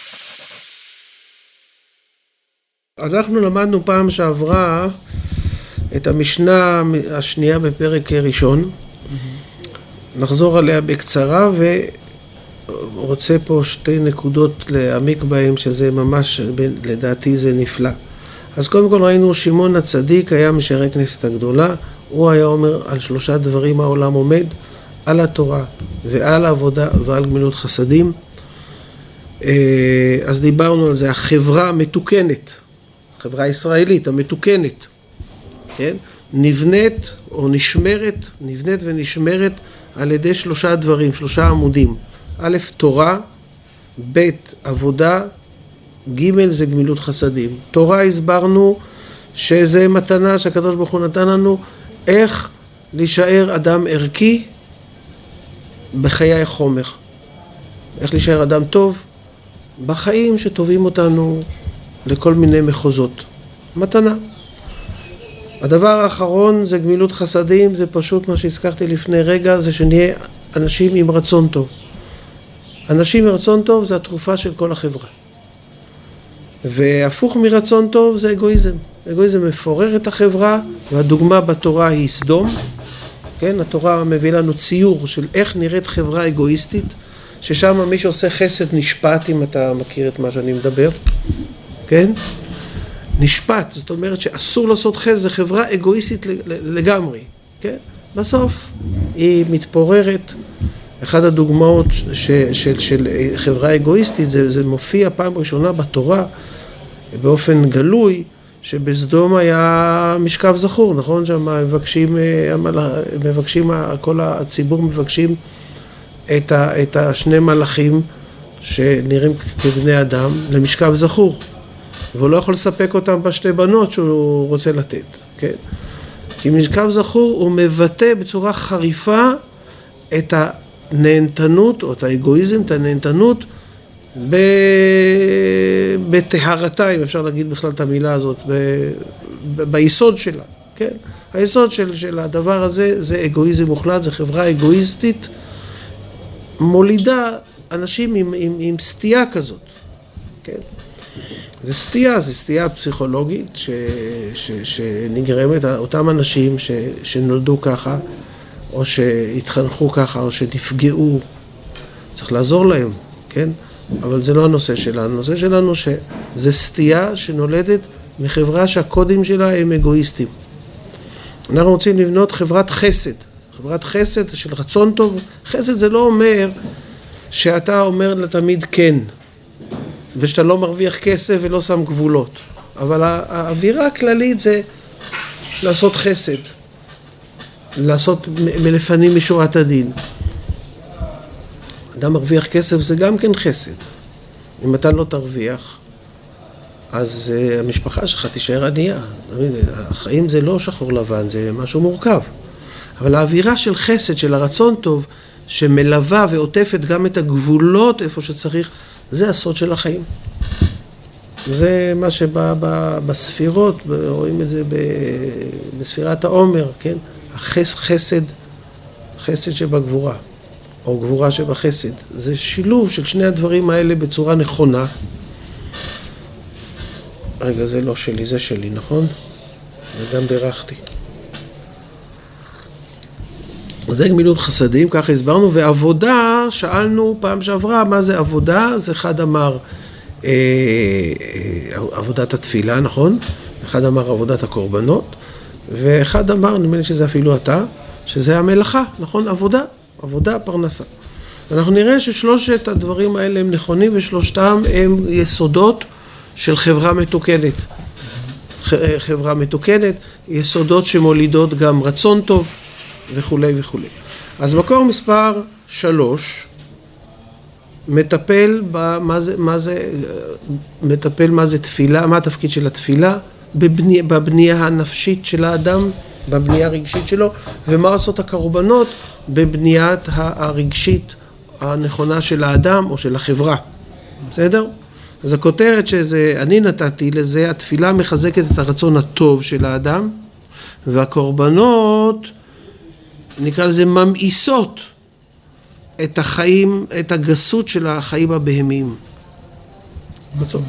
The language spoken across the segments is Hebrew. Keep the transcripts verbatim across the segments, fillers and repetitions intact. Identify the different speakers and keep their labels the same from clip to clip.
Speaker 1: אנחנו למדנו פעם שעברה את המשנה השנייה בפרק ראשון. Mm-hmm. נחזור עליה בקצרה ורוצה פה שתי נקודות להעמיק בהם, שזה ממש, לדעתי זה נפלא. אז קודם כל ראינו שמעון הצדיק היה משערי כנסת הגדולה, הוא היה אומר על שלושה דברים העולם עומד, על התורה ועל העבודה ועל גמילות חסדים. אז דיברנו על זה, החברה המתוקנת, החברה הישראלית המתוקנת, כן? נבנית או נשמרת, נבנית ונשמרת על ידי שלושה דברים, שלושה עמודים. א', תורה, ב', עבודה, ג' זה גמילות חסדים. תורה הסברנו שזה מתנה שהקדוש ברוך הוא נתן לנו, איך להישאר אדם ערכי בחיי החומר. איך להישאר אדם טוב בחיים שטובים אותנו לכל מיני מחוזות. מתנה. הדבר האחרון זה גמילות חסדים, זה פשוט מה שהזכרתי לפני רגע, זה שנהיה אנשים עם רצון טוב. אנשים עם רצון טוב זה התרופה של כל החברה. והפוך מרצון טוב זה אגואיזם. אגואיזם מפורר את החברה, והדוגמה בתורה היא סדום. כן, התורה מביא לנו ציור של איך נראית חברה אגואיסטית, ששם מי שעושה חסד נשפט, אם אתה מכיר את מה שאני מדבר. כן? נשפט, זאת אומרת שאסור לעשות חסד, זה חברה אגואיסטית לגמרי. כן? בסוף היא מתפוררת. אחת הדוגמאות של, של, של חברה אגואיסטית, זה, זה מופיע פעם ראשונה בתורה, באופן גלוי, שבסדום היה משכב זכור, נכון? שם מבקשים, מבקשים, כל הציבור מבקשים את, ה, את השני מלאכים שנראים כבני אדם למשכב זכור, והוא לא יכול לספק אותם בשתי בנות שהוא רוצה לתת, כן? כי משכב זכור הוא מבטא בצורה חריפה את הנהנתנות, או את האגואיזם, את הנהנתנות, ב... בטהרתה, אם אפשר להגיד בכלל את המילה הזאת, ב... ב... ביסוד שלה, כן? היסוד של, של הדבר הזה זה אגואיזם מוחלט, זה חברה אגואיסטית, מולידה אנשים עם, עם, עם סטייה כזאת, כן? זה סטייה, זה סטייה פסיכולוגית ש... ש... שנגרמת, אותם אנשים ש... שנולדו ככה, או שהתחנכו ככה, או שנפגעו, צריך לעזור להם, כן? אבל זה לא הנושא שלנו. הנושא שלנו שזה סטייה שנולדת מחברה שהקודים שלה הם אגואיסטים. אנחנו רוצים לבנות חברת חסד. חברת חסד של רצון טוב. חסד זה לא אומר שאתה אומר לתמיד כן, ושאתה לא מרוויח כסף ולא שם גבולות. אבל האווירה הכללית זה לעשות חסד. לעשות מלפנים משורת הדין. אדם מרוויח כסף זה גם כן חסד. אם אתה לא תרוויח, אז uh, המשפחה שלך תישאר ענייה. החיים זה לא שחור לבן, זה משהו מורכב. אבל האווירה של חסד, של הרצון טוב, שמלווה ועוטפת גם את הגבולות איפה שצריך, זה הסוד של החיים. זה מה שבא בספירות, רואים את זה בספירת העומר, כן? החס, חסד, חסד שבגבורה. או גבורה שבחסד. זה שילוב של שני הדברים האלה בצורה נכונה. רגע, זה לא שלי, זה שלי, נכון? וגם בירכתי. זה גמילות חסדים, ככה הסברנו, ועבודה, שאלנו פעם שעברה, מה זה עבודה? אז אחד אמר אה, אה, עבודת התפילה, נכון? אחד אמר עבודת הקורבנות, ואחד אמר, נדמה לי שזה אפילו אתה, שזה המלאכה, נכון? עבודה. עבודה, פרנסה. אנחנו נראה ששלושת הדברים האלה הם נכונים, ושלושתם הם יסודות של חברה מתוקנת. חברה מתוקנת, יסודות שמולידות גם רצון טוב וכו' וכו'. אז מקור מספר שלוש, מטפל במה זה, מה זה, מטפל מה זה תפילה, מה התפקיד של התפילה, בבני, בבנייה הנפשית של האדם, בבנייה הרגשית שלו, ומה עושות הקורבנות בבניית הרגשית הנכונה של האדם או של החברה. בסדר? אז הכותרת שזה, אני נתתי לזה, התפילה מחזקת את הרצון הטוב של האדם, והקורבנות, נקרא לזה, ממאיסות את החיים, את הגסות של החיים הבהמיים.
Speaker 2: מה זאת אומרת?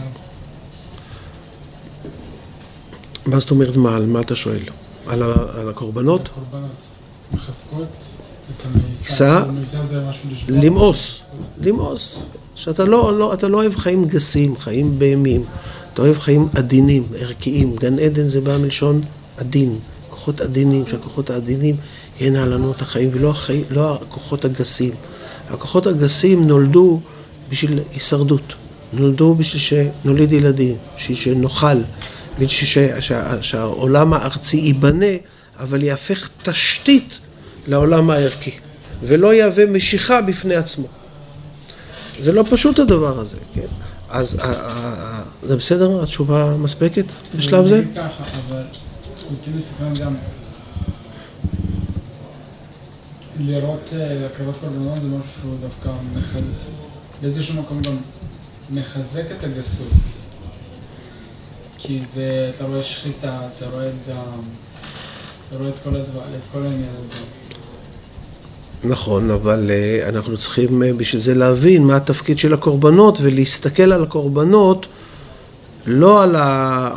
Speaker 1: מה זאת אומרת מה? על מה אתה שואל? על, ה, על הקורבנות?
Speaker 2: הקורבנות. מחזקות את
Speaker 1: המאיסה.
Speaker 2: המאיסה זה משהו לשבור.
Speaker 1: למאוס. למאוס. שאתה לא, לא, אתה לא אוהב חיים גסים, חיים בהמים. אתה אוהב חיים עדינים, ערכיים. גן עדן זה בא מלשון עדין. כוחות עדינים, שהכוחות העדינים ינהלו לנו את החיים, ולא החיים, לא הכוחות הגסים. הכוחות הגסים נולדו בשביל הישרדות. נולדו בשביל שנוליד ילדים, בשביל שנאכל, בשביל שה, שה, שהעולם הארצי ייבנה, אבל יהפך תשתית לעולם הערכי, ולא יהווה משיכה בפני עצמו. זה לא פשוט הדבר הזה, כן? אז ה, ה, ה, זה בסדר? התשובה מספקת בשלב זה?
Speaker 2: אני אגיד ככה, אבל אותי לספרים גם לראות הקרבת קורבנות זה משהו שהוא דווקא מחזק, באיזשהו מקום גם מחזק את הגסות. כי זה, אתה רואה שחיטה, אתה רואה את דם, אתה רואה את כל הדבר, את כל העניין הזה.
Speaker 1: נכון, אבל uh, אנחנו צריכים uh, בשביל זה להבין מה התפקיד של הקורבנות, ולהסתכל על הקורבנות, לא על ה...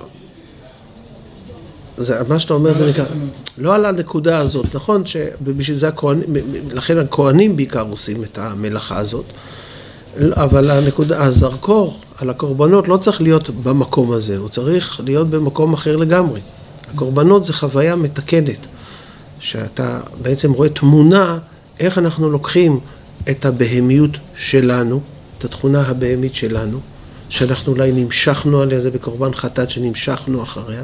Speaker 1: זה, מה שאתה אומר לא זה נקרא... לא על הנקודה הזאת, נכון? שבשביל זה הכהנים, לכן הכהנים בעיקר עושים את המלאכה הזאת, אבל הנקודה, הזרקור על הקורבנות לא צריך להיות במקום הזה, הוא צריך להיות במקום אחר לגמרי. הקורבנות זה חוויה מתקנת, שאתה בעצם רואה תמונה איך אנחנו לוקחים את הבהמיות שלנו, את התכונה הבהמית שלנו, שאנחנו אולי נמשכנו עליה, זה בקורבן חטאת שנמשכנו אחריה,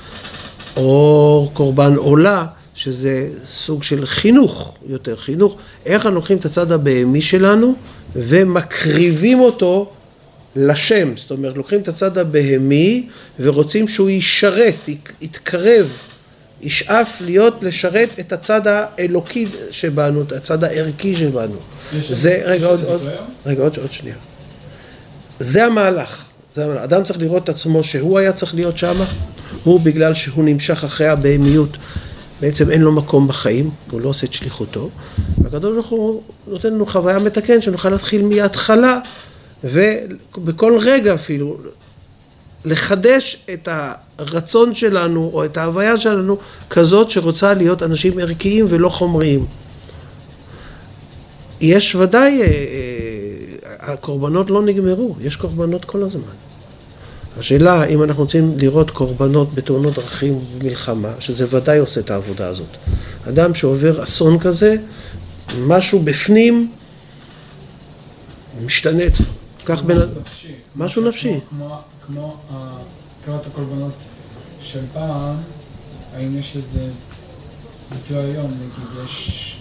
Speaker 1: או קורבן עולה, שזה סוג של חינוך, יותר חינוך, איך אנחנו לוקחים את הצד הבהמי שלנו ומקריבים אותו לשם, זאת אומרת, לוקחים את הצד הבהמי ורוצים שהוא ישרת, יתקרב, ישאף להיות לשרת את הצד האלוקי שבנו, את הצד הערכי שבנו. זה, רגע, עוד, עוד, רגע, עוד, עוד שנייה. זה המהלך. זה, אדם צריך לראות את עצמו שהוא היה צריך להיות שם, הוא בגלל שהוא נמשך אחרי הבהמיות, בעצם אין לו מקום בחיים, הוא לא עושה את שליחותו, והקדוש ברוך הוא נותן לנו חוויה מתקן, שנוכל להתחיל מההתחלה, ובכל רגע אפילו, לחדש את הרצון שלנו, או את ההוויה שלנו, כזאת שרוצה להיות אנשים ערכיים ולא חומריים. יש ודאי, הקורבנות לא נגמרו, יש קורבנות כל הזמן. השאלה, אם אנחנו רוצים לראות קורבנות בתאונות דרכים ומלחמה, שזה ודאי עושה את העבודה הזאת. אדם שעובר אסון כזה, משהו בפנים, משתנה אצלו. כך בין... משהו נפשי.
Speaker 2: כמו קרבת הקורבנות של פעם, האם יש איזה ביטוי היום, נגיד, יש...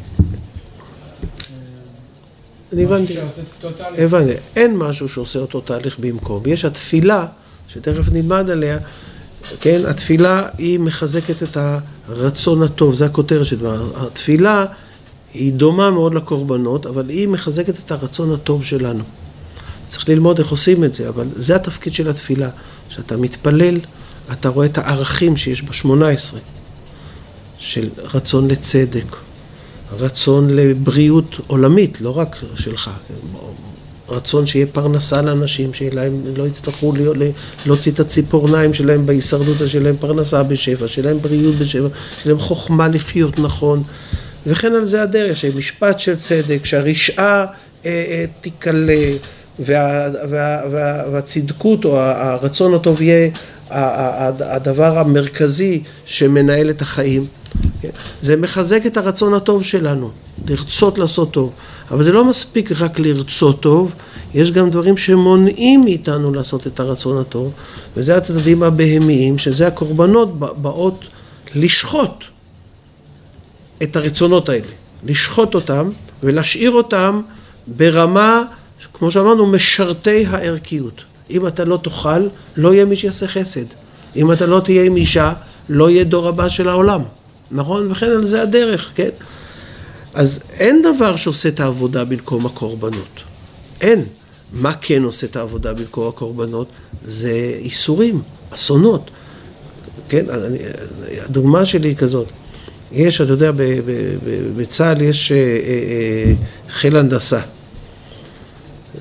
Speaker 1: אני הבנתי, הבנתי, אין משהו שעושה אותו תהליך במקום. יש התפילה, שתכף נלמד עליה, כן, התפילה היא מחזקת את הרצון הטוב, זה הכותרת של דבר. התפילה היא דומה מאוד לקורבנות, אבל היא מחזקת את הרצון הטוב שלנו. צריך ללמוד איך עושים את זה, אבל זה התפקיד של התפילה, שאתה מתפלל, אתה רואה את הערכים שיש ב-שמונה עשרה, של רצון לצדק, רצון לבריאות עולמית, לא רק שלך, רצון שיהיה פרנסה לאנשים, שלהם לא יצטרכו להוציא את הציפורניים שלהם בהישרדות, שלהם פרנסה בשפע, שלהם בריאות בשפע, שלהם חוכמה לחיות נכון, וכן על זה הדרך, שמשפט של צדק, שהרשעה אה, תיקלה, וה, וה, וה, והצדקות או הרצון הטוב יהיה הדבר המרכזי שמנהל את החיים. זה מחזק את הרצון הטוב שלנו, לרצות לעשות טוב. אבל זה לא מספיק רק לרצות טוב, יש גם דברים שמונעים מאיתנו לעשות את הרצון הטוב, וזה הצדדים הבהמיים, שזה הקורבנות באות לשחוט את הרצונות האלה, לשחוט אותם ולהשאיר אותם ברמה, כמו שאמרנו, משרתי הערכיות. אם אתה לא תאכל, לא יהיה מי שיעשה חסד. אם אתה לא תהיה עם אישה, לא יהיה דור הבא של העולם. נכון? וכן על זה הדרך, כן? אז אין דבר שעושה את העבודה במקום הקורבנות. אין. מה כן עושה את העבודה במקום הקורבנות? זה איסורים, אסונות. כן? אני, הדוגמה שלי היא כזאת. יש, אתה יודע, בצה"ל יש חיל הנדסה.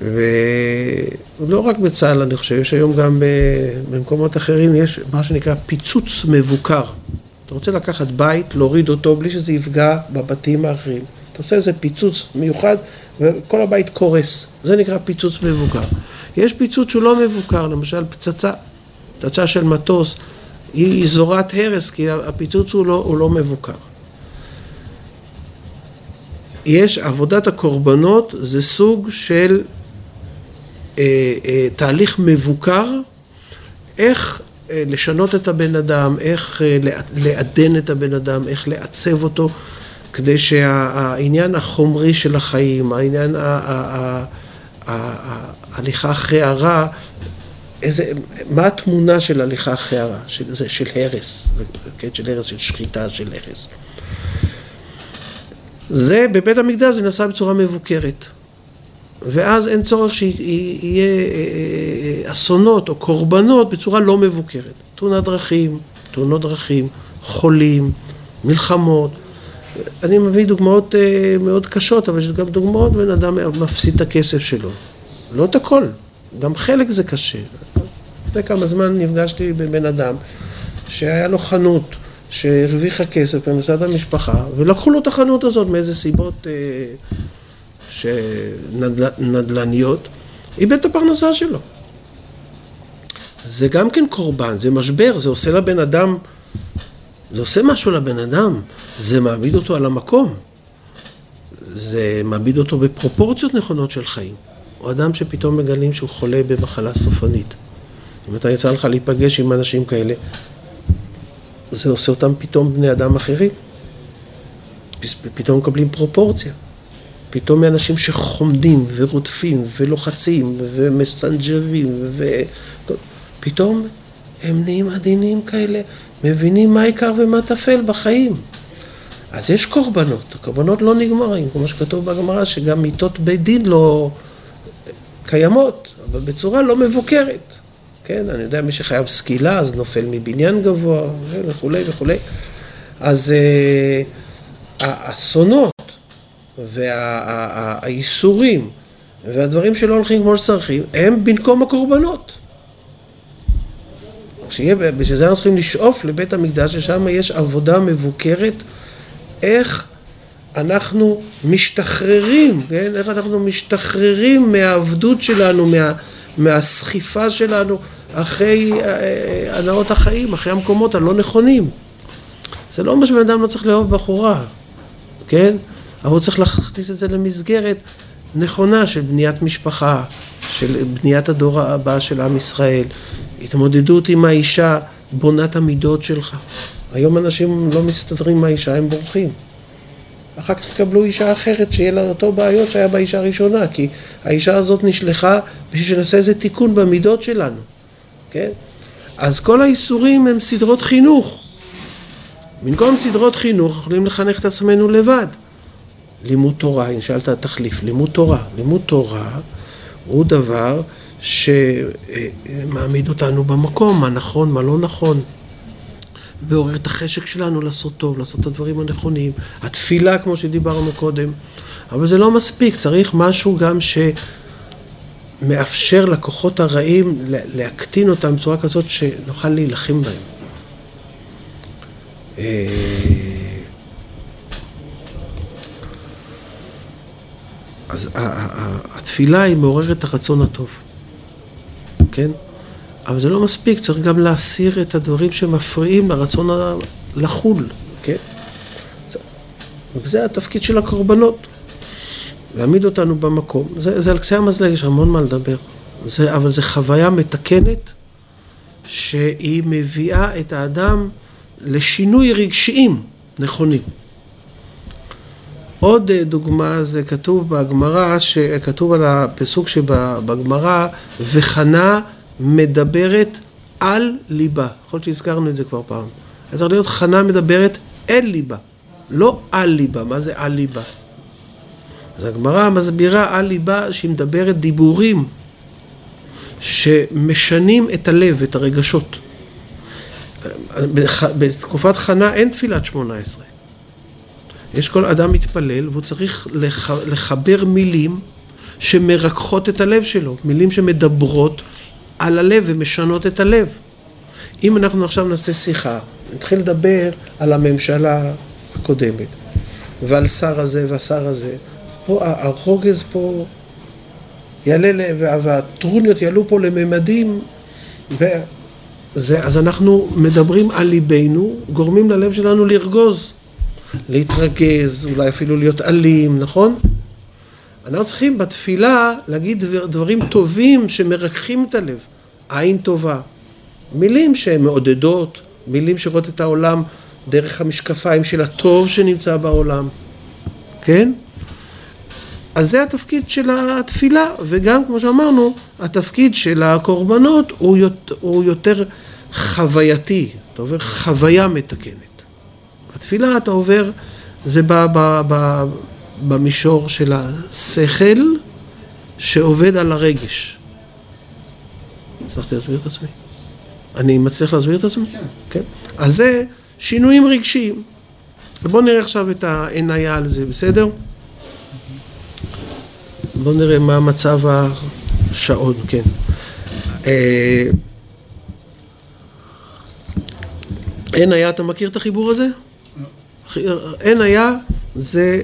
Speaker 1: ולא רק בצה"ל, אני חושב, יש היום גם במקומות אחרים, יש מה שנקרא פיצוץ מבוקר. אתה רוצה לקחת בית, להוריד אותו בלי שזה יפגע בבתים האחרים. אתה עושה איזה פיצוץ מיוחד וכל הבית קורס. זה נקרא פיצוץ מבוקר. יש פיצוץ שהוא לא מבוקר, למשל פצצה, פצצה של מטוס, היא זורת הרס, כי הפיצוץ הוא לא, הוא לא מבוקר. יש עבודת הקורבנות, זה סוג של אה, אה, תהליך מבוקר, איך אה, לשנות את הבן אדם, איך אה, לעדן את הבן אדם, איך לעצב אותו, כדי שהעניין החומרי של החיים, העניין ההליכה אחרי הרע, איזה, מה התמונה של הליכה אחרי הרע, של, של הרס, של הרס, של שחיטה, של הרס. זה בבית המקדש זה נעשה בצורה מבוקרת, ואז אין צורך שיהיה אסונות או קורבנות בצורה לא מבוקרת. תאונת דרכים, תאונות דרכים, חולים, מלחמות. אני מביא דוגמאות מאוד קשות, אבל יש גם דוגמאות בן אדם מפסיד את הכסף שלו. לא את הכל, גם חלק זה קשה. לפני כמה זמן נפגשתי בבן אדם שהיה לו חנות, שהרוויחה כסף פרנסת המשפחה, ולקחו לו את החנות הזאת מאיזה סיבות אה, נדל"ניות, איבד את הפרנסה שלו. זה גם כן קורבן, זה משבר, זה עושה לבן אדם, זה עושה משהו לבן אדם, זה מעמיד אותו על המקום, זה מעמיד אותו בפרופורציות נכונות של חיים. הוא אדם שפתאום מגלים שהוא חולה במחלה סופנית. אם אתה יצא לך להיפגש עם אנשים כאלה, זה עושה אותם פתאום בני אדם אחרים. פתאום מקבלים פרופורציה. פתאום מאנשים שחומדים ורודפים ולוחצים ומסנג'רים ופתאום הם נהיים עדינים כאלה, מבינים מה העיקר ומה טפל בחיים. אז יש קורבנות, הקורבנות לא נגמרים, כמו שכתוב בגמרא שגם מיתות בית דין לא קיימות, אבל בצורה לא מבוקרת. כן, אני יודע, מי שחייב סקילה, אז נופל מבניין גבוה, וכו' וכו'. אז האסונות והאיסורים והדברים שלא הולכים כמו שצריכים, הם במקום הקורבנות. בשביל זה אנחנו צריכים לשאוף לבית המקדש, ששם יש עבודה מבוקרת, איך אנחנו משתחררים, כן? איך אנחנו משתחררים מהעבדות שלנו, מה... מהסחיפה שלנו אחרי הנאות החיים, אחרי המקומות הלא נכונים. זה לא אומר שבן אדם לא צריך לאהוב בחורה, כן? אבל הוא צריך להכניס את זה למסגרת נכונה של בניית משפחה, של בניית הדור הבא של עם ישראל, התמודדות עם האישה, בונת המידות שלך. היום אנשים לא מסתדרים עם האישה, הם בורחים. אחר כך יקבלו אישה אחרת שיהיה לה אותו בעיות שהיה באישה הראשונה, כי האישה הזאת נשלחה בשביל שנעשה איזה תיקון במידות שלנו, כן? אז כל האיסורים הם סדרות חינוך. במקום סדרות חינוך, יכולים לחנך את עצמנו לבד. לימוד תורה, אם שאלת תחליף, לימוד תורה. לימוד תורה הוא דבר שמעמיד אותנו במקום, מה נכון, מה לא נכון. ועורר את החשק שלנו לעשות טוב, לעשות את הדברים הנכונים. התפילה, כמו שדיברנו קודם. אבל זה לא מספיק, צריך משהו גם שמאפשר לכוחות הרעים להקטין אותם בצורה כזאת שנוכל להילחם בהם. אז התפילה היא מעוררת את הרצון הטוב, כן? אבל זה לא מספיק, צריך גם להסיר את הדברים שמפריעים לרצון לחול, כן? וזה התפקיד של הקורבנות, להעמיד אותנו במקום. זה, זה על קצה המזלג, יש המון מה לדבר. זה, אבל זה חוויה מתקנת, שהיא מביאה את האדם לשינוי רגשיים נכונים. עוד דוגמה, זה כתוב בגמרא, שכתוב על הפסוק שבגמרא, וחנה מדברת על ליבה. יכול להיות שהזכרנו את זה כבר פעם. אז צריך להיות חנה מדברת אל ליבה, לא על ליבה. מה זה על ליבה? אז הגמרא מסבירה על ליבה שהיא מדברת דיבורים שמשנים את הלב, את הרגשות. בתקופת חנה אין תפילת שמונה עשרה. יש כל אדם מתפלל והוא צריך לחבר מילים שמרככות את הלב שלו, מילים שמדברות על הלב ומשנות את הלב. אם אנחנו עכשיו נעשה שיחה, נתחיל לדבר על הממשלה הקודמת, ועל שר הזה והשר הזה, פה הרוגז פה יעלה, והטרוניות יעלו פה לממדים, וזה, אז אנחנו מדברים על ליבנו, גורמים ללב שלנו לרגוז, להתרגז, אולי אפילו להיות אלים, נכון? אנחנו צריכים בתפילה להגיד דברים טובים שמרככים את הלב, עין טובה, מילים שהן מעודדות, מילים שרואות את העולם דרך המשקפיים של הטוב שנמצא בעולם, כן? אז זה התפקיד של התפילה, וגם כמו שאמרנו, התפקיד של הקורבנות הוא יותר, הוא יותר חווייתי, אתה עובר חוויה מתקנת. התפילה אתה עובר, זה בא, בא, בא, במישור של השכל שעובד על הרגש. הצלחתי להסביר את עצמי? אני מצליח להסביר את עצמי? כן. כן. אז זה שינויים רגשיים. בואו נראה עכשיו את העיניה על זה, בסדר? בואו נראה מה מצב השעון, כן. אין היה, אתה מכיר את החיבור הזה? אין היה, זה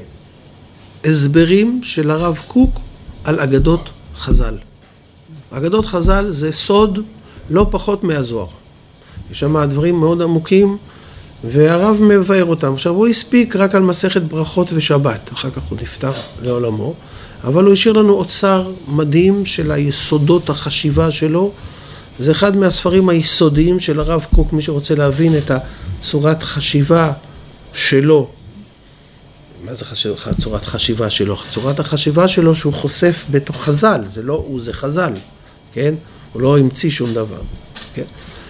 Speaker 1: הסברים של הרב קוק על אגדות חז"ל. אגדות חז"ל זה סוד לא פחות מהזוהר. יש שם דברים מאוד עמוקים, והרב מבאר אותם. עכשיו הוא הספיק רק על מסכת ברכות ושבת, אחר כך הוא נפטר לעולמו, אבל הוא השאיר לנו אוצר מדהים של היסודות החשיבה שלו. זה אחד מהספרים היסודיים של הרב קוק, מי שרוצה להבין את הצורת חשיבה שלו. מה זה חשיב, צורת חשיבה שלו? צורת החשיבה שלו שהוא חושף בתוך חז"ל, זה לא הוא, זה חז"ל, כן? הוא לא המציא שום דבר, כן?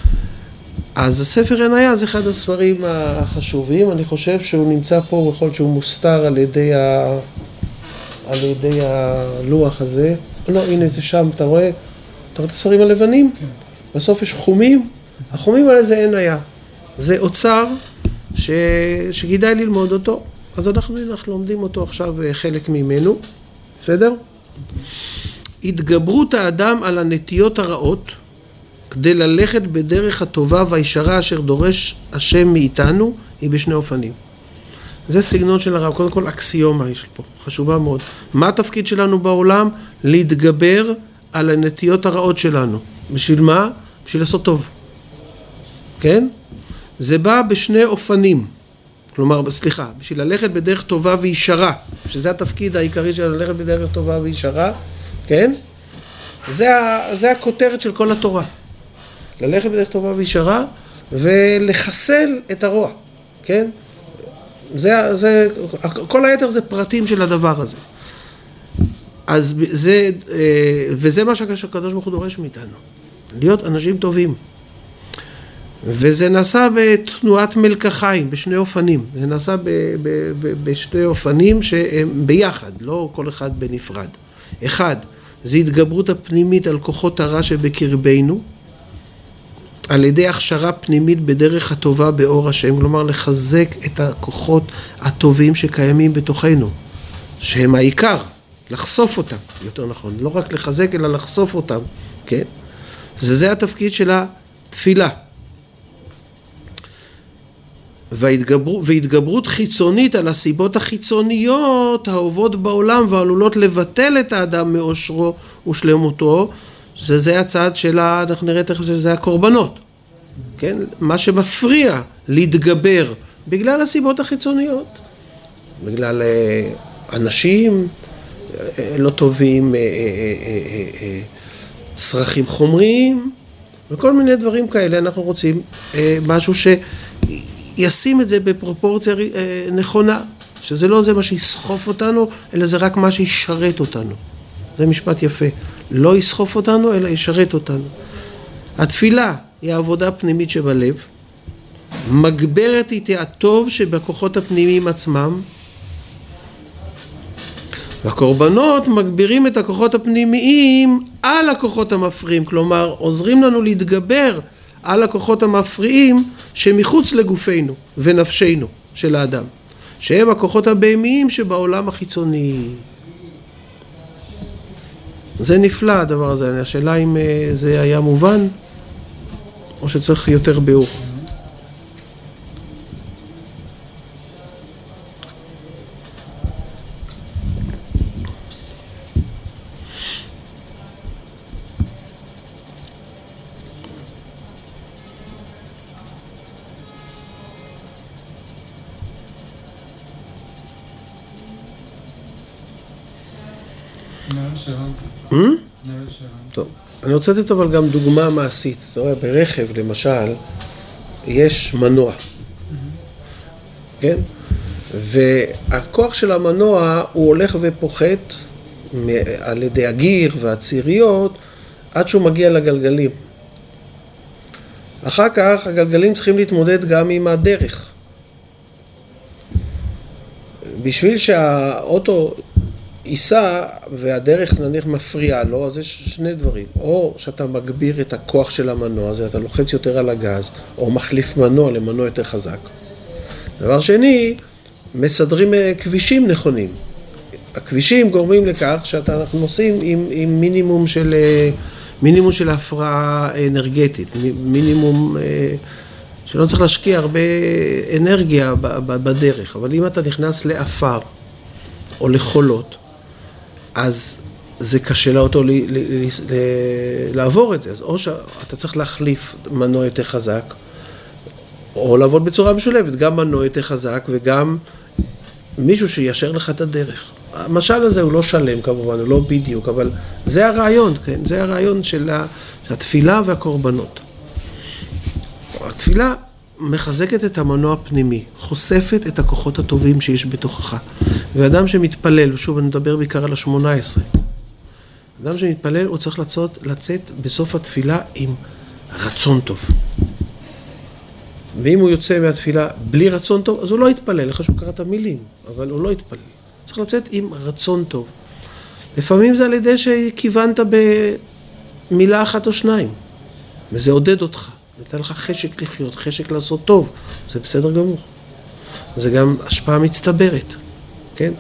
Speaker 1: אז הספר עיניה זה אחד הספרים החשובים, אני חושב שהוא נמצא פה, יכול להיות שהוא מוסתר על ידי, ה... על ידי הלוח הזה. לא, הנה זה שם, אתה רואה? אתה רואה את הספרים הלבנים? כן. בסוף יש חומים, החומים האלה זה עיניה. זה אוצר ש... שכדאי ללמוד אותו, אז אנחנו, אנחנו לומדים אותו עכשיו חלק ממנו, בסדר? התגברות האדם על הנטיות הרעות, כדי ללכת בדרך הטובה והישרה אשר דורש השם מאיתנו, היא בשני אופנים. זה סגנון של הרב, קודם כל אקסיומה יש פה, חשובה מאוד. מה התפקיד שלנו בעולם? להתגבר על הנטיות הרעות שלנו. בשביל מה? בשביל לעשות טוב. כן? זה בא בשני אופנים. כלומר, סליחה, בשביל ללכת בדרך טובה וישרה, שזה התפקיד העיקרי של ללכת בדרך טובה וישרה, כן? זה, זה הכותרת של כל התורה. ללכת בדרך טובה וישרה ולחסל את הרוע, כן? זה, זה, כל היתר זה פרטים של הדבר הזה. אז זה, וזה מה שהקדוש ברוך הוא דורש מאיתנו, להיות אנשים טובים. וזה נעשה בתנועת מלקחיים, בשני אופנים. זה נעשה ב, ב, ב, בשני אופנים שהם ביחד, לא כל אחד בנפרד. אחד, זה התגברות הפנימית על כוחות הרע שבקרבנו, על ידי הכשרה פנימית בדרך הטובה באור השם, כלומר לחזק את הכוחות הטובים שקיימים בתוכנו, שהם העיקר, לחשוף אותם, יותר נכון, לא רק לחזק אלא לחשוף אותם, כן? זה, זה התפקיד של התפילה. והתגבר, והתגברות חיצונית על הסיבות החיצוניות האהובות בעולם ועלולות לבטל את האדם מאושרו ושלמותו, זה, זה הצד שלה, אנחנו נראה תכף שזה הקורבנות, כן? מה שמפריע להתגבר בגלל הסיבות החיצוניות, בגלל אה, אנשים אה, לא טובים, אה, אה, אה, אה, צרכים חומריים וכל מיני דברים כאלה. אנחנו רוצים אה, משהו שישים את זה בפרופורציה אה, נכונה, שזה לא זה מה שיסחוף אותנו, אלא זה רק מה שישרת אותנו. זה משפט יפה. לא יסחוף אותנו, אלא ישרת אותנו. התפילה היא העבודה הפנימית שבלב, מגברת איתי הטוב שבכוחות הפנימיים עצמם, והקורבנות מגבירים את הכוחות הפנימיים על הכוחות המפריעים, כלומר עוזרים לנו להתגבר על הכוחות המפריעים שמחוץ לגופנו ונפשנו של האדם, שהם הכוחות הבהמיים שבעולם החיצוני. זה נפלא הדבר הזה, השאלה אם זה היה מובן, או שצריך יותר ביאור. טוב, אני רוצה לתת אבל גם דוגמה מעשית. אתה רואה, ברכב למשל יש מנוע, כן? והכוח של המנוע הוא הולך ופוחת על ידי הגיר והציריות עד שהוא מגיע לגלגלים. אחר כך הגלגלים צריכים להתמודד גם עם הדרך. בשביל שהאוטו ייסע והדרך נניח מפריעה לו, אז יש שני דברים. או שאתה מגביר את הכוח של המנוע הזה, אתה לוחץ יותר על הגז, או מחליף מנוע למנוע יותר חזק. דבר שני, מסדרים כבישים נכונים. הכבישים גורמים לכך שאנחנו נוסעים עם, עם מינימום של, מינימום של הפרעה אנרגטית, מינימום שלא צריך להשקיע הרבה אנרגיה בדרך. אבל אם אתה נכנס לאפר או לחולות, אז זה קשה לאוטו ל- ל- ל- לעבור את זה. אז או שאתה צריך להחליף מנוע יותר חזק, או לעבוד בצורה משולבת, גם מנוע יותר חזק וגם מישהו שישר לך את הדרך. המשל הזה הוא לא שלם כמובן, הוא לא בדיוק, אבל זה הרעיון, כן? זה הרעיון של התפילה והקורבנות. התפילה מחזקת את המנוע הפנימי, חושפת את הכוחות הטובים שיש בתוכך. ואדם שמתפלל, ושוב אני מדבר בעיקר על ה-שמונה עשרה, אדם שמתפלל הוא צריך לצאת, לצאת בסוף התפילה עם רצון טוב. ואם הוא יוצא מהתפילה בלי רצון טוב, אז הוא לא יתפלל, לך שהוא קרא את המילים, אבל הוא לא יתפלל. צריך לצאת עם רצון טוב. לפעמים זה על ידי שכיוונת במילה אחת או שניים, וזה עודד אותך. נתן לך חשק לחיות, חשק לעשות טוב, זה בסדר גמור. זה גם השפעה מצטברת, כן?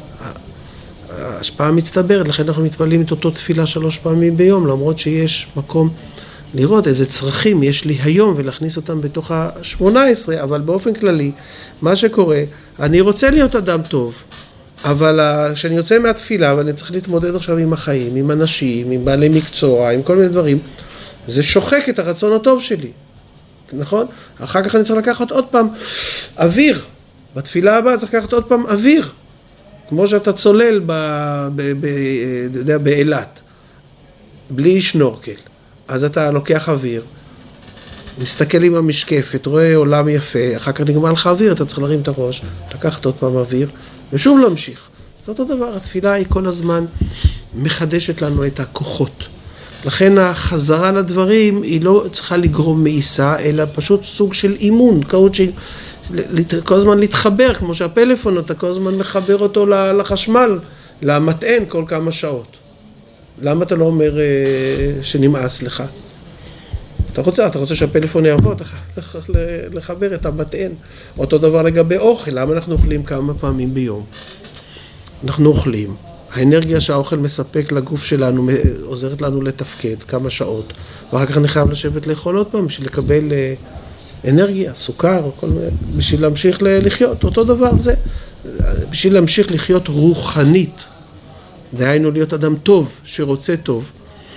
Speaker 1: ההשפעה מצטברת, לכן אנחנו מתפללים את אותו תפילה שלוש פעמים ביום, למרות שיש מקום לראות איזה צרכים יש לי היום ולהכניס אותם בתוך ה-שמונה עשרה, אבל באופן כללי, מה שקורה, אני רוצה להיות אדם טוב, אבל כשאני יוצא מהתפילה ואני צריך להתמודד עכשיו עם החיים, עם אנשים, עם בעלי מקצוע, עם כל מיני דברים, זה שוחק את הרצון הטוב שלי. נכון? אחר כך אני צריך לקחת עוד פעם אוויר. בתפילה הבאה צריך לקחת עוד פעם אוויר. כמו שאתה צולל ב, ב, ב, יודע, באילת, בלי שנורקל. אז אתה לוקח אוויר, מסתכל עם המשקפת, רואה עולם יפה, אחר כך נגמר לך אוויר, אתה צריך להרים את הראש, לקחת עוד פעם אוויר, ושוב להמשיך. זה אותו דבר, התפילה היא כל הזמן מחדשת לנו את הכוחות. לכן החזרה לדברים היא לא צריכה לגרום מאיסה, אלא פשוט סוג של אימון, קוד של כל הזמן להתחבר, כמו שהפלאפון, אתה כל הזמן מחבר אותו לחשמל, למטען כל כמה שעות. למה אתה לא אומר שנמאס לך? אתה רוצה, אתה רוצה שהפלאפון יעבוד, אתה צריך לחבר את המטען. אותו דבר לגבי אוכל, למה אנחנו אוכלים כמה פעמים ביום? אנחנו אוכלים. האנרגיה שהאוכל מספק לגוף שלנו עוזרת לנו לתפקד כמה שעות, ואחר כך אני חייב לשבת לאכול עוד פעם בשביל לקבל אנרגיה, סוכר, כל מיני, בשביל להמשיך לחיות. אותו דבר זה, בשביל להמשיך לחיות רוחנית, דהיינו להיות אדם טוב, שרוצה טוב.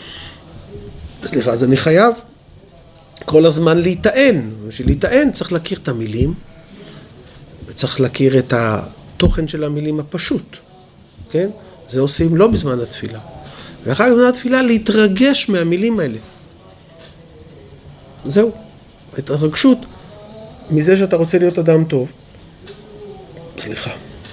Speaker 1: סליחה, אז אני חייב כל הזמן להיטען. בשביל להיטען צריך להכיר את המילים, וצריך להכיר את התוכן של המילים הפשוט, כן? זה עושים לא בזמן התפילה. ואחר כך בזמן התפילה להתרגש מהמילים האלה. זהו. התרגשות מזה שאתה רוצה להיות אדם טוב. סליחה.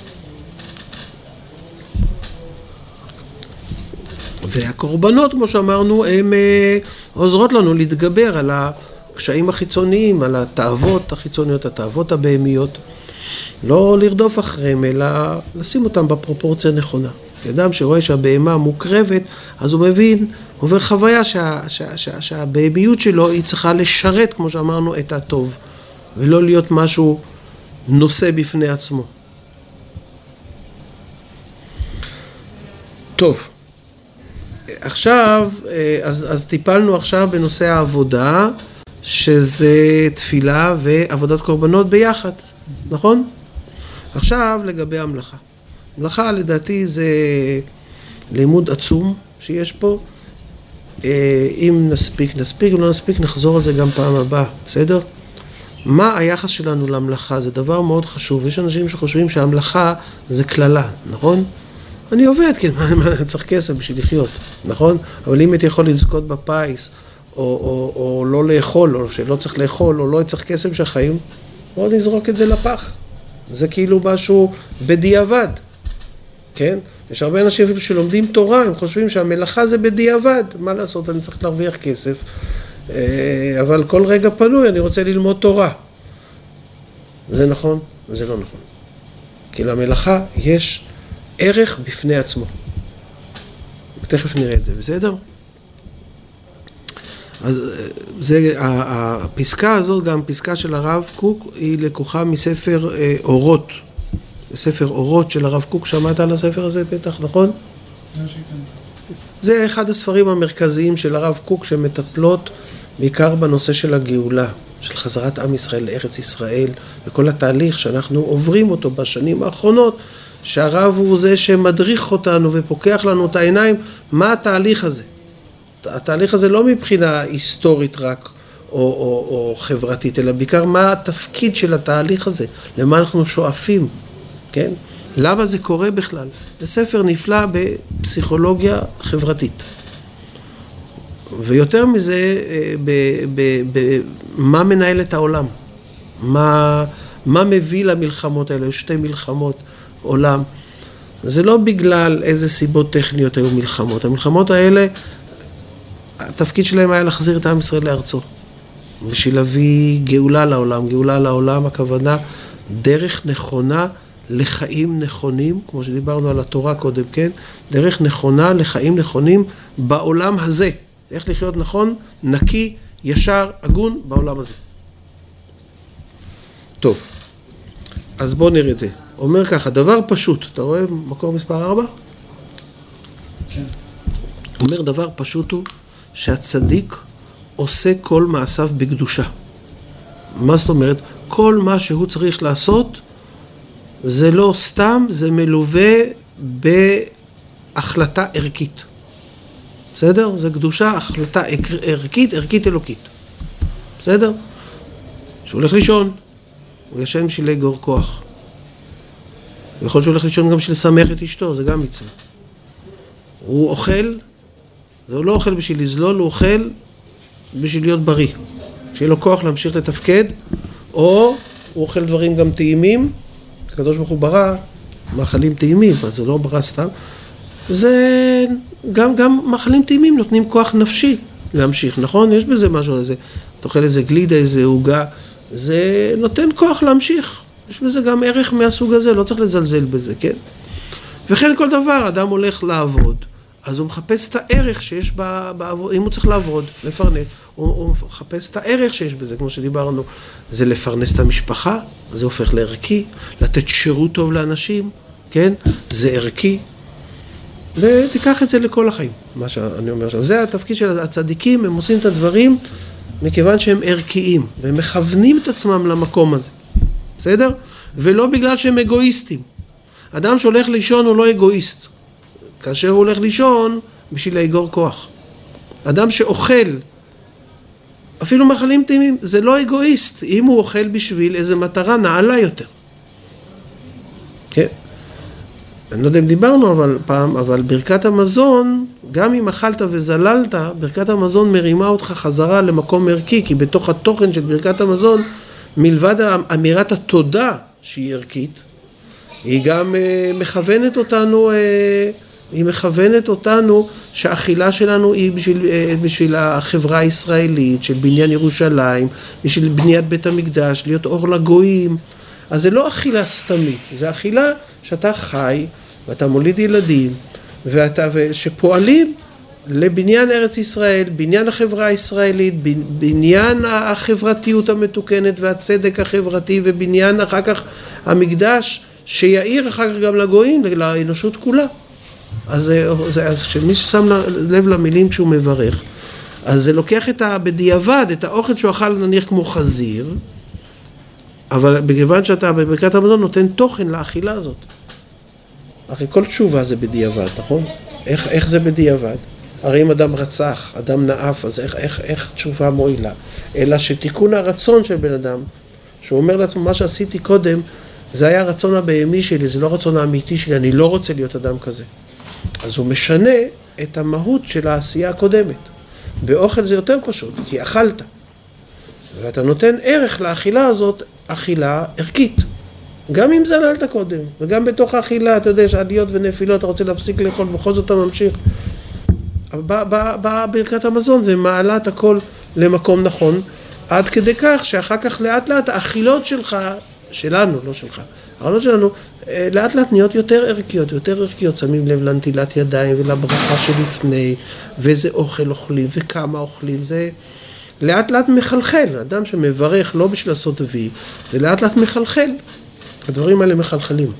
Speaker 1: והקורבנות, כמו שאמרנו, הן עוזרות לנו להתגבר על הקשיים החיצוניים, על התאוות החיצוניות, התאוות הבהמיות. לא לרדוף אחריהם, אלא לשים אותם בפרופורציה נכונה. אדם שרואה שהבהמה מוקרבת, אז הוא מבין, הוא עובר חוויה שה, שה, שה, שהבהמיות שלו היא צריכה לשרת, כמו שאמרנו, את הטוב, ולא להיות משהו נושא בפני עצמו. טוב, עכשיו, אז, אז טיפלנו עכשיו בנושא העבודה, שזה תפילה ועבודת קורבנות ביחד, נכון? עכשיו לגבי המלאכה. המלאכה לדעתי זה לימוד עצום שיש פה. אם נספיק, נספיק, אם לא נספיק, נחזור על זה גם פעם הבאה, בסדר? מה היחס שלנו למלאכה? זה דבר מאוד חשוב. יש אנשים שחושבים שהמלאכה זה כללה, נכון? אני עובד, כן, מה, צריך כסף בשביל לחיות, נכון? אבל אם הייתי יכול לזכות בפייס, או, או, או לא לאכול, או שלא צריך לאכול, או לא צריך כסף של החיים, בואו נזרוק את זה לפח. זה כאילו משהו בדיעבד, כן? יש הרבה אנשים אפילו שלומדים תורה, הם חושבים שהמלאכה זה בדיעבד. מה לעשות? אני צריך להרוויח כסף, אבל כל רגע פנוי, אני רוצה ללמוד תורה. זה נכון? זה לא נכון. כי למלאכה יש ערך בפני עצמו. תכף נראה את זה, בסדר? אז זה, הפסקה הזאת, גם פסקה של הרב קוק, היא לקוחה מספר אורות. ספר אורות של הרב קוק, שמעת על הספר הזה בטח, נכון? זה אחד הספרים המרכזיים של הרב קוק, שמטפלות בעיקר בנושא של הגאולה, של חזרת עם ישראל לארץ ישראל, וכל התהליך שאנחנו עוברים אותו בשנים האחרונות, שהרב הוא זה שמדריך אותנו ופוקח לנו את העיניים. מה התהליך הזה? התהליך הזה לא מבחינה היסטורית רק, או, או, או חברתית, אלא בעיקר מה התפקיד של התהליך הזה, למה אנחנו שואפים, כן? למה זה קורה בכלל? זה ספר נפלא בפסיכולוגיה חברתית. ויותר מזה, במה מנהל את העולם? מה, מה מביא למלחמות האלה? יש שתי מלחמות עולם. זה לא בגלל איזה סיבות טכניות היו מלחמות. המלחמות האלה, התפקיד שלהם היה להחזיר את עם ישראל לארצו. בשביל להביא גאולה לעולם. גאולה לעולם, הכוונה, דרך נכונה לחיים נכונים, כמו שדיברנו על התורה קודם, כן? דרך נכונה לחיים נכונים בעולם הזה. איך לחיות נכון, נקי, ישר, הגון בעולם הזה. טוב, אז בואו נראה את זה. אומר ככה, דבר פשוט, אתה רואה מקור מספר ארבע?
Speaker 2: כן.
Speaker 1: אומר דבר פשוט הוא שהצדיק עושה כל מעשיו בקדושה. מה זאת אומרת? כל מה שהוא צריך לעשות זה לא סתם, זה מלווה בהחלטה ערכית. בסדר? זה קדושה, החלטה ערכית, ערכית אלוקית. בסדר? שהוא הולך לישון, הוא ישן בשביל לגור כוח. הוא יכול שהוא הולך לישון גם בשביל לשמח את אשתו, זה גם מצווה. הוא אוכל, הוא לא אוכל בשביל לזלול, הוא אוכל בשביל להיות בריא. שיהיה לו כוח להמשיך לתפקד, או הוא אוכל דברים גם טעימים, הקדוש ברוך הוא ברא מאכלים טעימים, אז זה לא ברא סתם. זה גם, גם מאכלים טעימים נותנים כוח נפשי להמשיך, נכון? יש בזה משהו הזה. תאכל איזה גלידה, איזה עוגה, זה נותן כוח להמשיך. יש בזה גם ערך מהסוג הזה, לא צריך לזלזל בזה, כן? וכן כל דבר, אדם הולך לעבוד, אז הוא מחפש את הערך שיש בעבוד, אם הוא צריך לעבוד, לפרנס, הוא, הוא מחפש את הערך שיש בזה, כמו שדיברנו, זה לפרנס את המשפחה, זה הופך לערכי, לתת שירות טוב לאנשים, כן? זה ערכי, ותיקח את זה לכל החיים, מה שאני אומר עכשיו. זה התפקיד של הצדיקים, הם עושים את הדברים מכיוון שהם ערכיים, והם מכוונים את עצמם למקום הזה, בסדר? ולא בגלל שהם אגואיסטים. אדם שהולך לישון הוא לא אגואיסט, כאשר הוא הולך לישון בשביל לאגור כוח. אדם שאוכל, אפילו מאכלים טעימים, זה לא אגואיסט, אם הוא אוכל בשביל איזו מטרה נעלה יותר. כן? אני לא יודע אם דיברנו אבל פעם, אבל ברכת המזון, גם אם אכלת וזללת, ברכת המזון מרימה אותך חזרה למקום ערכי, כי בתוך התוכן של ברכת המזון, מלבד אמירת התודה שהיא ערכית, היא גם uh, מכוונת אותנו, uh, היא מכוונת אותנו שהאכילה שלנו היא בשביל, uh, בשביל החברה הישראלית, של בניין ירושלים, בשביל בניית בית המקדש, להיות אור לגויים. אז זה לא אכילה סתמית, זה אכילה שאתה חי, ואתה מוליד ילדים, ואתה, שפועלים לבניין ארץ ישראל, בניין החברה הישראלית, בניין החברתיות המתוקנת והצדק החברתי, ובניין אחר כך המקדש, שיעיר אחר כך גם לגויים, לאנושות כולה. אז, אז כשמי ששם לב למילים כשהוא מברך, אז זה לוקח את הבדיעבד, את האוכל שהוא אכל נניח כמו חזיר, אבל בכיוון שאתה בברכת המזון נותן תוכן לאכילה הזאת. הרי כל תשובה זה בדיעבד, נכון? איך, איך זה בדיעבד? הרי אם אדם רצח, אדם נאף, אז איך, איך, איך תשובה מועילה? אלא שתיקון הרצון של בן אדם, שהוא אומר לעצמו, מה שעשיתי קודם, זה היה הרצון הבהמי שלי, זה לא הרצון האמיתי שלי, אני לא רוצה להיות אדם כזה. אז הוא משנה את המהות של העשייה הקודמת. באוכל זה יותר פשוט, כי אכלת. ואתה נותן ערך לאכילה הזאת, אכילה ערכית. גם אם זללת קודם, וגם בתוך האכילה, אתה יודע, יש עליות ונפילות, אתה רוצה להפסיק לאכול, בכל זאת אתה ממשיך. באה ברכת המזון ומעלה את הכל למקום נכון, עד כדי כך שאחר כך לאט לאט האכילות שלך, שלנו, לא שלך, האכילות שלנו לאט לאט נהיות יותר ערכיות, יותר ערכיות, שמים לב לנטילת ידיים ולברכה שלפני, ואיזה אוכל אוכלים וכמה אוכלים, זה לאט לאט מחלחל, אדם שמברך לא בשביל לעשות וי, זה לאט לאט מחלחל, הדברים האלה מחלחלים.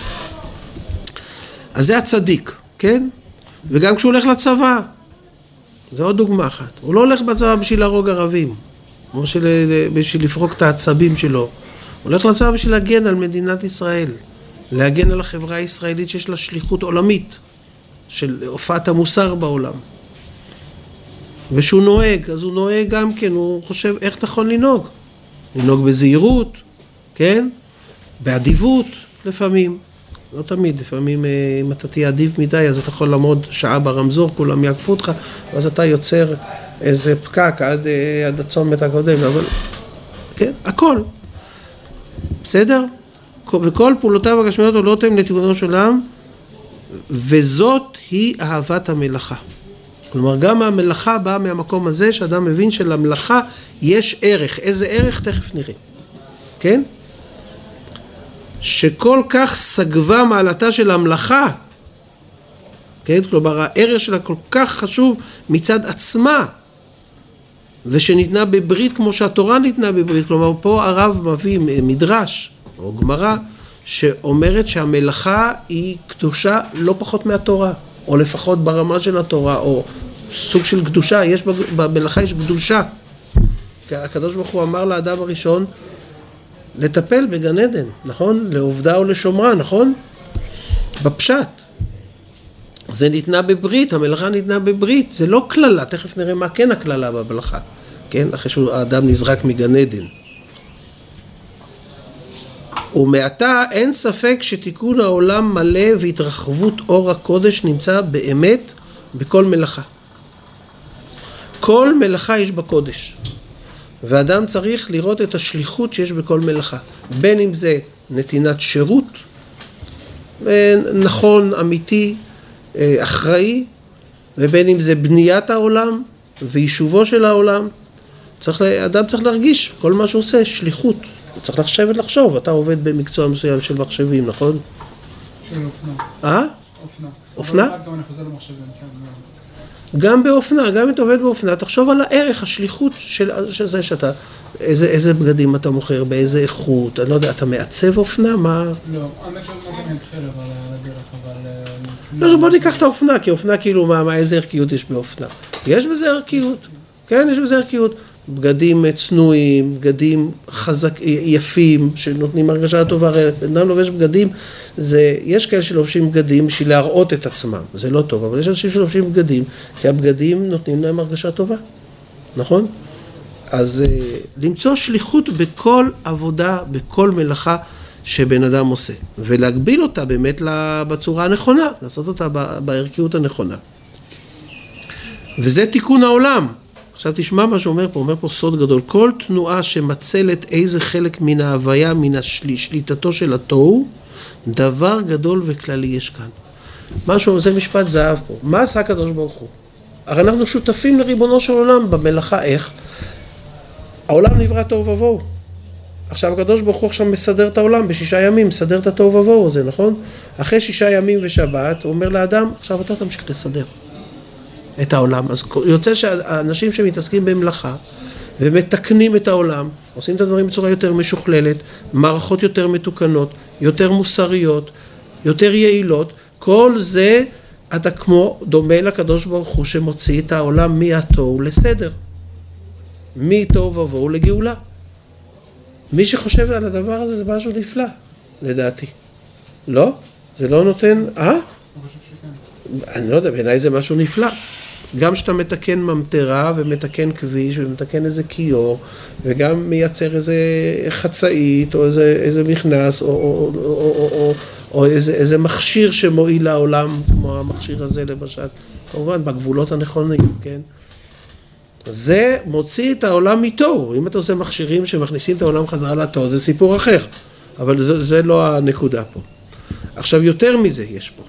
Speaker 1: אז זה הצדיק, כן? וגם כשהוא הולך לצבא, זה עוד דוגמה אחת. הוא לא הולך בצבא בשביל להרוג ערבים, או בשביל, בשביל לפרוק את העצבים שלו. הוא הולך לצבא בשביל להגן על מדינת ישראל, להגן על החברה הישראלית שיש לה שליחות עולמית, של הופעת המוסר בעולם. ושהוא נוהג, אז הוא נוהג גם כן, הוא חושב איך נכון לנהוג. לנהוג בזהירות, כן? באדיבות לפעמים. לא תמיד, לפעמים אם אתה תהיה אדיב מדי, אז אתה יכול לעמוד שעה ברמזור, כולם יעקפו אותך, ואז אתה יוצר איזה פקק עד, עד הצומת הקודם, אבל כן, הכל. בסדר? וכל פעולותיו הגשמיות עולות הם לתיקונו של עולם, וזאת היא אהבת המלאכה. כלומר, גם המלאכה באה מהמקום הזה, שאדם מבין שלמלאכה יש ערך. איזה ערך? תכף נראה. כן? שכל כך סגבה מעלתה של המלאכה, כן? כלומר, הערך שלה כל כך חשוב מצד עצמה, ושניתנה בברית כמו שהתורה ניתנה בברית. כלומר, פה הרב מביא מדרש, או גמרא, שאומרת שהמלאכה היא קדושה לא פחות מהתורה, או לפחות ברמה של התורה, או סוג של קדושה. יש במלאכה יש קדושה. הקדוש ברוך הוא אמר לאדם הראשון, לטפל בגן עדן, נכון? לעובדה ולשומרה, נכון? בפשט. זה ניתנה בברית, המלאכה ניתנה בברית, זה לא כללה, תכף נראה מה כן הכללה במלאכה, כן? אחרי שהאדם נזרק מגן עדן. ומעתה אין ספק שתיקון העולם מלא והתרחבות אור הקודש נמצא באמת בכל מלאכה. כל מלאכה יש בקודש. ואדם צריך לראות את השליחות שיש בכל מלאכה. בין אם זה נתינת שירות, נכון, אמיתי, אחראי, ובין אם זה בניית העולם ויישובו של העולם. צריך, אדם צריך להרגיש כל מה שהוא עושה, שליחות. הוא צריך לחשבת לחשוב. אתה עובד במקצוע מסוים של מחשבים, נכון?
Speaker 2: של אופנה.
Speaker 1: אה?
Speaker 2: אופנה.
Speaker 1: אופנה?
Speaker 2: אבל גם אני חוזר למחשבים, כן.
Speaker 1: גם באופנה, גם אם אתה עובד באופנה, תחשוב על הערך, השליחות של, של זה שאתה, איזה, איזה בגדים אתה מוכר, באיזה איכות, אני לא יודע, אתה מעצב אופנה, מה?
Speaker 2: לא, האמת שלא אני אתחיל, אבל לדרך, אבל...
Speaker 1: לא, בוא ניקח את האופנה, כי אופנה כאילו, מה, מה, איזה ערכיות יש באופנה? יש בזה ערכיות, כן, יש בזה ערכיות. בגדים צנועים, בגדים חזק, יפים, שנותנים הרגשה טובה, אדם לובש בגדים, זה, יש כאלה שלובשים בגדים בשביל להראות את עצמם, זה לא טוב, אבל יש אנשים שלובשים בגדים, כי הבגדים נותנים להם הרגשה טובה, נכון? אז למצוא שליחות בכל עבודה, בכל מלאכה שבן אדם עושה, ולהגביל אותה באמת בצורה הנכונה, לעשות אותה בערכיות הנכונה. וזה תיקון העולם. עכשיו תשמע מה שאומר פה, אומר פה סוד גדול, כל תנועה שמצלת איזה חלק מן ההוויה, מן השליטתו של התוהו, דבר גדול וכללי יש כאן. משהו, זה משפט זהב פה. מה עשה הקדוש ברוך הוא? הרי אנחנו שותפים לריבונו של עולם במלאכה, איך? העולם נברא תוהו ובוהו. עכשיו הקדוש ברוך הוא עכשיו מסדר את העולם בשישה ימים, מסדר את התוהו ובוהו הזה, נכון? אחרי שישה ימים ושבת, הוא אומר לאדם, עכשיו אתה תמשיך לסדר את העולם. אז יוצא שהאנשים שמתעסקים במלאכה ומתקנים את העולם, עושים את הדברים בצורה יותר משוכללת, מערכות יותר מתוקנות, יותר מוסריות, יותר יעילות, כל זה אתה כמו דומה לקדוש ברוך הוא שמוציא את העולם מהתוהו לסדר. מתוהו ובוהו לגאולה. מי שחושב על הדבר הזה זה משהו נפלא, לדעתי. לא? זה לא נותן... אה?
Speaker 2: אני חושב שכן.
Speaker 1: אני לא יודע, בעיניי זה משהו נפלא. גם שאתה מתקן ממטרה ומתקן כביש ומתקן איזה כיור, וגם מייצר איזה חצאית או איזה, איזה מכנס או, או, או, או, או, או איזה, איזה מכשיר שמועיל לעולם, כמו המכשיר הזה למשל. כמובן, בגבולות הנכונים, כן? זה מוציא את העולם מתוהו. אם אתה עושה מכשירים שמכניסים את העולם חזרה לתוהו, זה סיפור אחר. אבל זה, זה לא הנקודה פה. עכשיו, יותר מזה יש פה.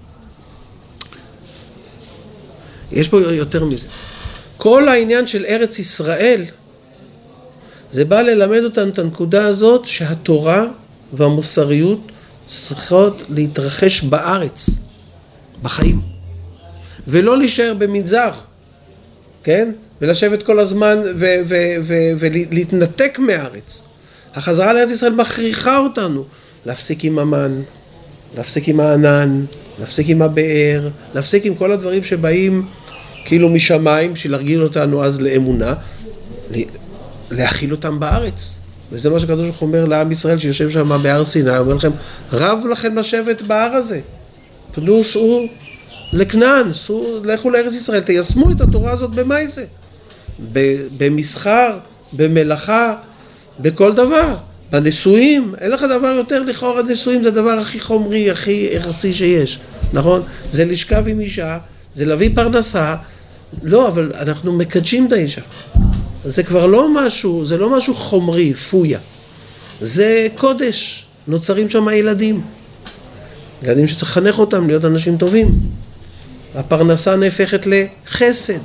Speaker 1: יש פה יותר מזה. כל העניין של ארץ ישראל, זה בא ללמד אותנו את הנקודה הזאת שהתורה והמוסריות צריכות להתרחש בארץ, בחיים, ולא להישאר במנזר, כן? ולשבת כל הזמן ולהתנתק מהארץ. החזרה לארץ ישראל מכריחה אותנו להפסיק עם המן, להפסיק עם הענן, להפסיק עם הבאר, להפסיק עם כל הדברים שבאים כאילו משמיים, שלהרגיל אותנו אז לאמונה, להכיל אותם בארץ. וזה מה שקדוש ברוך הוא אומר לעם ישראל שיושב שם בהר סיני, הוא אומר לכם, רב לכם לשבת בהר הזה, פנו סעו לכנען, סעו, לכו לארץ ישראל, תיישמו את התורה הזאת במעשה, במסחר, במלאכה, בכל דבר, בנישואים. אין לך דבר יותר לכאורה, נישואים זה הדבר הכי חומרי, הכי ארצי שיש, נכון? זה לשכב עם אישה, זה להביא פרנסה, לא, אבל אנחנו מקדשים את האישה. זה כבר לא משהו, זה לא משהו חומרי, פויה. זה קודש, נוצרים שם הילדים. ילדים שצריך לחנך אותם, להיות אנשים טובים. הפרנסה נהפכת לחסד.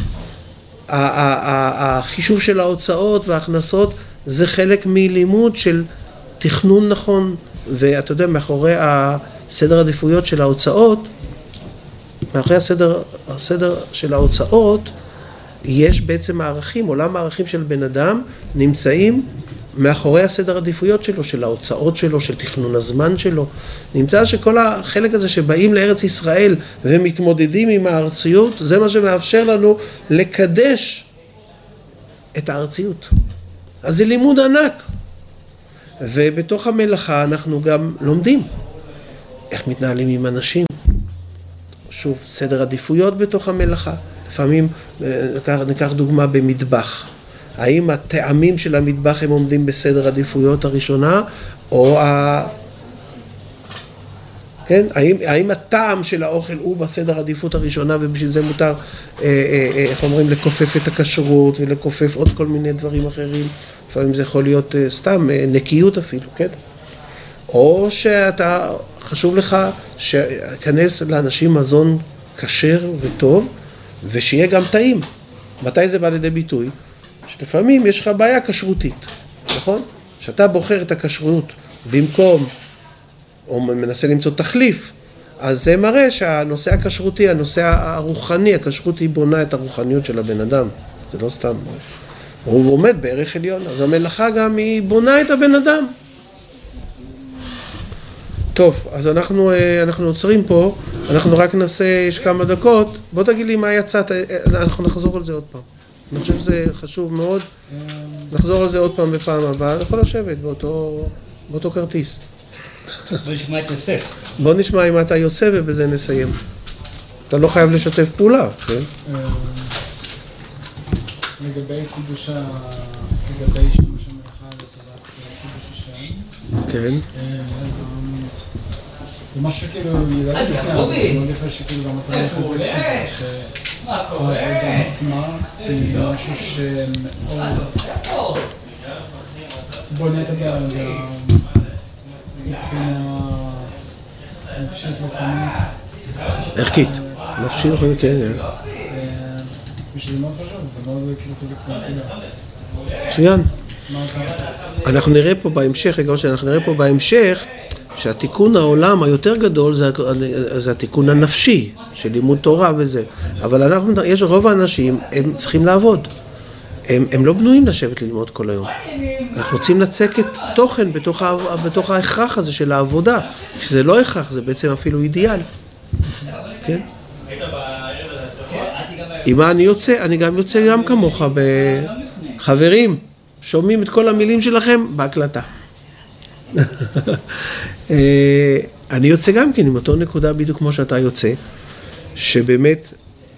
Speaker 1: החישוב של ההוצאות וההכנסות זה חלק מלימוד של תכנון נכון, ואתה יודע, מאחורי הסדר עדיפויות של ההוצאות, מאחורי הסדר, הסדר של ההוצאות, יש בעצם הערכים, עולם הערכים של בן אדם נמצאים מאחורי הסדר עדיפויות שלו, של ההוצאות שלו, של תכנון הזמן שלו. נמצא שכל החלק הזה שבאים לארץ ישראל ומתמודדים עם הארציות, זה מה שמאפשר לנו לקדש את הארציות. אז זה לימוד ענק. ובתוך המלאכה אנחנו גם לומדים איך מתנהלים עם אנשים. שוב, סדר עדיפויות בתוך המלאכה. לפעמים, ניקח, ניקח דוגמה במטבח. האם הטעמים של המטבח הם עומדים בסדר עדיפויות הראשונה, או ה... כן? האם, האם הטעם של האוכל הוא בסדר עדיפות הראשונה, ובשביל זה מותר, אה, אה, איך אומרים, לקופף את הכשרות, ולקופף עוד כל מיני דברים אחרים. לפעמים זה יכול להיות אה, סתם, אה, נקיות אפילו, כן? או שאתה, חשוב לך שכנס לאנשים מזון כשר וטוב, ושיהיה גם טעים. מתי זה בא לידי ביטוי? שלפעמים יש לך בעיה כשרותית, נכון? שאתה בוחר את הכשרות במקום, או מנסה למצוא תחליף, אז זה מראה שהנושא הכשרותי, הנושא הרוחני, הכשרות היא בונה את הרוחניות של הבן אדם. זה לא סתם. הוא עומד בערך עליון, אז המלאכה גם היא בונה את הבן אדם. טוב, אז אנחנו, אנחנו עוצרים פה, אנחנו רק נעשה, יש כמה דקות, בוא תגיד לי מה יצאת, אנחנו נחזור על זה עוד פעם. אני חושב שזה חשוב מאוד, נחזור על זה עוד פעם בפעם הבאה, אני יכול לשבת באותו, באותו כרטיס.
Speaker 3: בוא נשמע את יוסף.
Speaker 1: בוא נשמע אם אתה יוצא ובזה נסיים. אתה לא חייב לשתף פעולה, כן?
Speaker 2: לגבי קידוש ה... לגבי שימוש המלאכה לטובת קידוש השם.
Speaker 1: כן.
Speaker 2: זה משהו שכאילו ידעתי לפני, אבל זה לא לפני שכאילו גם אתה מחזק את זה, שהעבודה עצמה היא משהו שמאוד בונה את הדרך, מבחינה נפשית לוחמית.
Speaker 1: ערכית, נפשית לוחמית, כן.
Speaker 2: ושזה מאוד חשוב, זה מאוד כאילו חזק את הנקודה.
Speaker 1: מצוין.
Speaker 2: מה אתה?
Speaker 1: אנחנו נראה פה בהמשך, אנחנו נראה פה בהמשך, שהתיקון העולם היותר גדול זה, זה התיקון הנפשי של לימוד תורה וזה. אבל אנחנו, יש רוב האנשים, הם צריכים לעבוד. הם, הם לא בנויים לשבת ללמוד כל היום. אנחנו רוצים לצקת תוכן בתוך, בתוך ההכרח הזה של העבודה. כשזה לא הכרח, זה בעצם אפילו אידיאל. כן? עם מה אני יוצא? אני גם יוצא גם כמוך בחברים, שומעים את כל המילים שלכם בהקלטה. אני יוצא גם כן עם אותו נקודה בדיוק כמו שאתה יוצא, שבאמת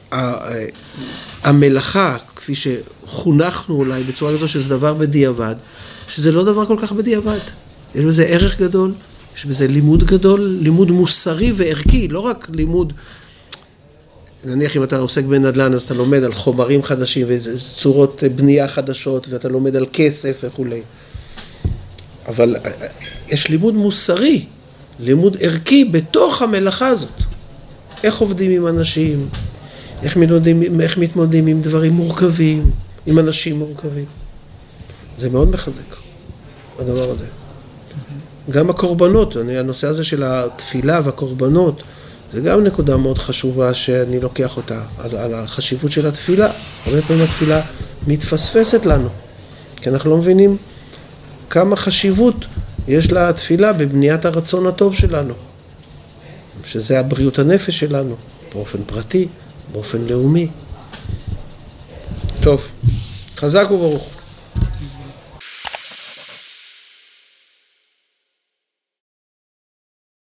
Speaker 1: המלאכה, כפי שחונכנו אולי בצורה כזו שזה דבר בדיעבד, שזה לא דבר כל כך בדיעבד. יש בזה ערך גדול, יש בזה לימוד גדול, לימוד מוסרי וערכי, לא רק לימוד, נניח אם אתה עוסק בנדל"ן, אז אתה לומד על חומרים חדשים וצורות בנייה חדשות, ואתה לומד על כסף וכו'. אבל יש לימוד מוסרי, לימוד ערכי בתוך המלאכה הזאת. איך עובדים עם אנשים, איך מתמודדים, איך מתמודדים עם דברים מורכבים, עם אנשים מורכבים. זה מאוד מחזק, הדבר הזה. גם הקורבנות, הנושא הזה של התפילה והקורבנות, זה גם נקודה מאוד חשובה שאני לוקח אותה, על, על החשיבות של התפילה. הרבה פעמים התפילה מתפספסת לנו, כי אנחנו לא מבינים כמה חשיבות יש לה התפילה בבניית הרצון הטוב שלנו, שזה הבריאות הנפש שלנו, באופן פרטי, באופן לאומי. טוב, חזק וברוך.